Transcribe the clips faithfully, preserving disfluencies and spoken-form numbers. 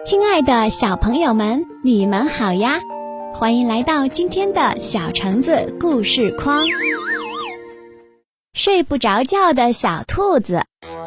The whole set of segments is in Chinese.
亲爱的小朋友们，你们好呀！欢迎来到今天的小橙子故事框。睡不着觉的小兔子。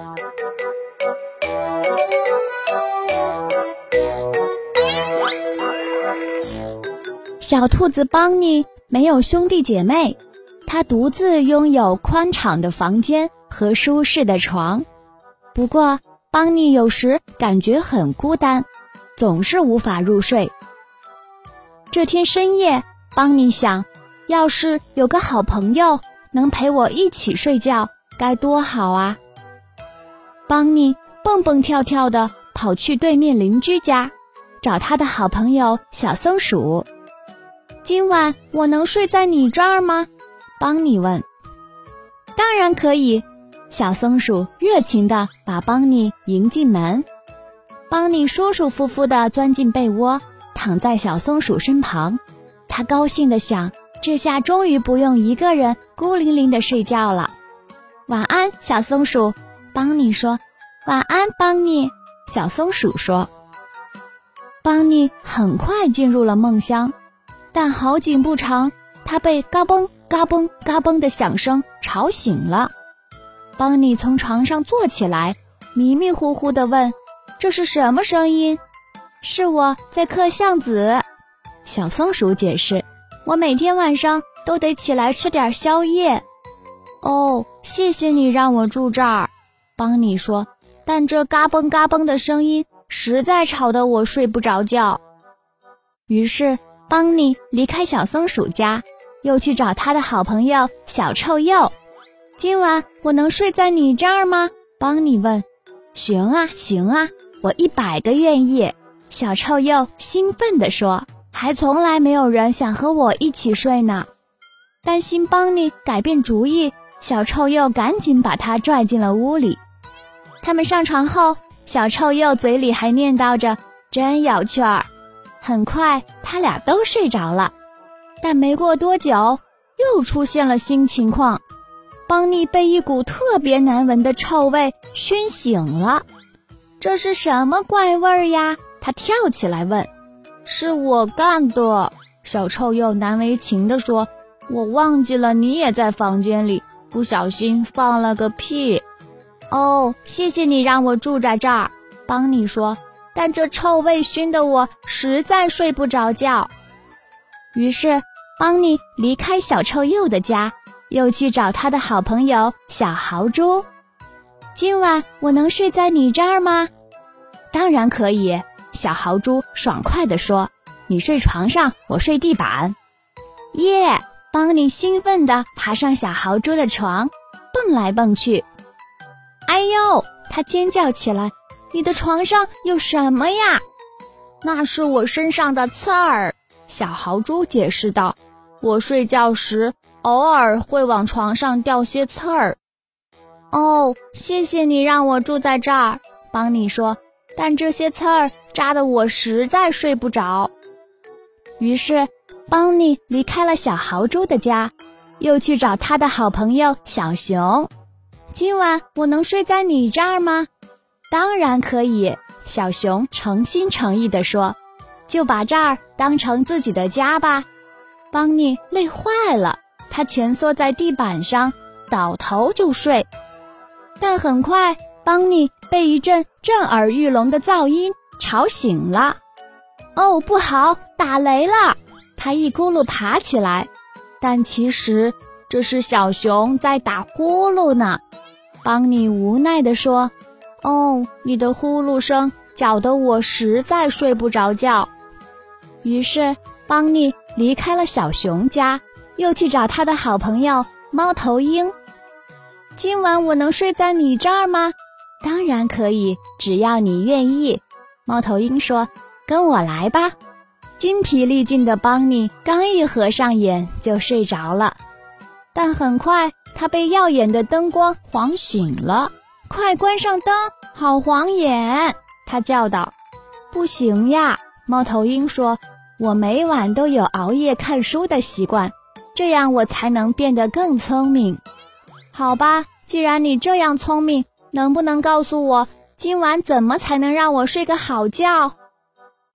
小兔子邦尼没有兄弟姐妹，他独自拥有宽敞的房间和舒适的床。不过，邦尼有时感觉很孤单，总是无法入睡。这天深夜，邦尼想，要是有个好朋友能陪我一起睡觉，该多好啊！邦尼蹦蹦跳跳地跑去对面邻居家，找他的好朋友小松鼠。今晚我能睡在你这儿吗？邦尼问。当然可以，小松鼠热情地把邦尼迎进门。邦尼舒舒服服地钻进被窝，躺在小松鼠身旁。他高兴地想，这下终于不用一个人孤零零地睡觉了。晚安，小松鼠，邦尼说。晚安，邦尼，小松鼠说。邦尼很快进入了梦乡，但好景不长，他被嘎嘣嘎嘣嘎嘣的响声吵醒了。邦尼从床上坐起来，迷迷糊糊地问，这是什么声音？是我在嗑橡子。小松鼠解释，我每天晚上都得起来吃点宵夜。哦，谢谢你让我住这儿，邦尼说，但这嘎嘣嘎嘣的声音实在吵得我睡不着觉。于是邦尼离开小松鼠家，又去找他的好朋友小臭鼬。今晚我能睡在你这儿吗？邦尼问。行啊行啊，我一百个愿意，小臭鼬兴奋地说，还从来没有人想和我一起睡呢。担心邦尼改变主意，小臭鼬赶紧把他拽进了屋里。他们上床后，小臭鼬嘴里还念叨着，真有趣儿。很快他俩都睡着了，但没过多久又出现了新情况。邦尼被一股特别难闻的臭味熏醒了。这是什么怪味儿呀？他跳起来问。是我干的，小臭鼬难为情地说，我忘记了你也在房间里，不小心放了个屁。哦，谢谢你让我住在这儿，邦尼说，但这臭味熏得我实在睡不着觉。于是邦尼离开小臭鼬的家，又去找他的好朋友小豪猪。今晚我能睡在你这儿吗？当然可以，小豪猪爽快地说，你睡床上，我睡地板。耶！邦尼兴奋地爬上小豪猪的床，蹦来蹦去。哎呦！他尖叫起来，你的床上有什么呀？那是我身上的刺儿，小豪猪解释道，我睡觉时偶尔会往床上掉些刺儿。哦，谢谢你让我住在这儿，邦尼说，但这些刺儿扎得我实在睡不着。于是邦尼离开了小豪猪的家，又去找他的好朋友小熊。今晚我能睡在你这儿吗？当然可以，小熊诚心诚意地说，就把这儿当成自己的家吧。邦尼累坏了，他蜷缩在地板上，倒头就睡。但很快邦尼被一阵震耳欲聋的噪音吵醒了。哦，不好，打雷了！他一咕噜爬起来，但其实这是小熊在打呼噜呢。邦尼无奈地说，哦，你的呼噜声搅得我实在睡不着觉。于是邦尼离开了小熊家，又去找他的好朋友猫头鹰。今晚我能睡在你这儿吗？当然可以，只要你愿意，猫头鹰说，跟我来吧。筋疲力尽的邦尼刚一合上眼就睡着了，但很快他被耀眼的灯光晃醒了。快关上灯，好晃眼，他叫道。不行呀，猫头鹰说，我每晚都有熬夜看书的习惯，这样我才能变得更聪明。好吧，既然你这样聪明，能不能告诉我，今晚怎么才能让我睡个好觉？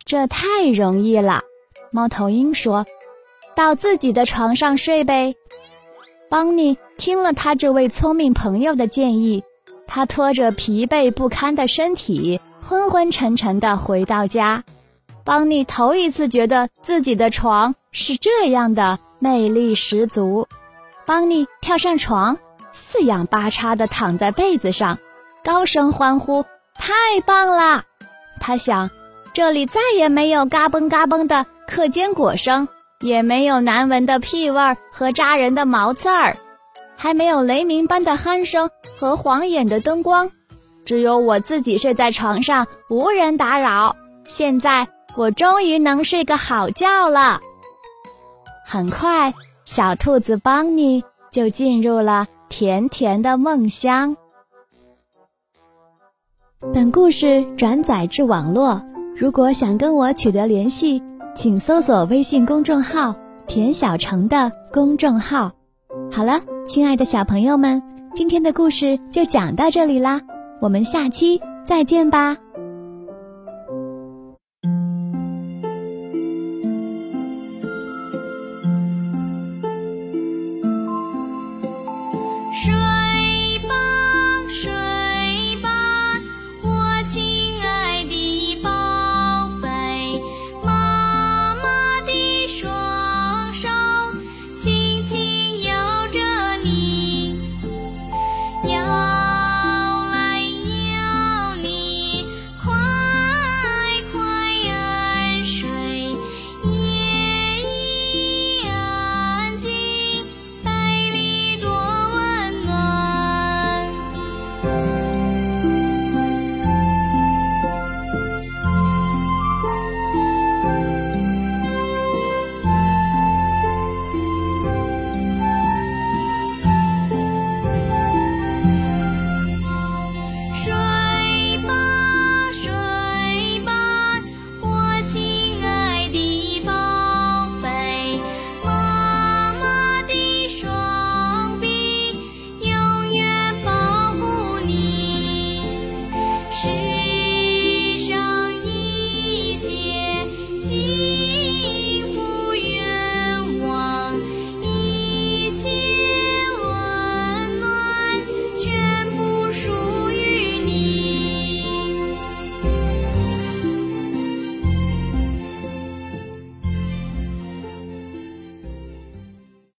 这太容易了。猫头鹰说，到自己的床上睡呗。邦尼听了他这位聪明朋友的建议，他拖着疲惫不堪的身体，昏昏沉沉地回到家。邦尼头一次觉得自己的床是这样的魅力十足。邦尼跳上床，四仰八叉地躺在被子上，高声欢呼，太棒了！他想，这里再也没有嘎嘣嘎嘣的课间果声，也没有难闻的屁味儿和扎人的毛刺儿，还没有雷鸣般的鼾声和晃眼的灯光，只有我自己睡在床上，无人打扰。现在我终于能睡个好觉了。很快，小兔子邦尼就进入了甜甜的梦乡。本故事转载至网络，如果想跟我取得联系，请搜索微信公众号田小成的公众号。好了，亲爱的小朋友们，今天的故事就讲到这里啦，我们下期再见吧。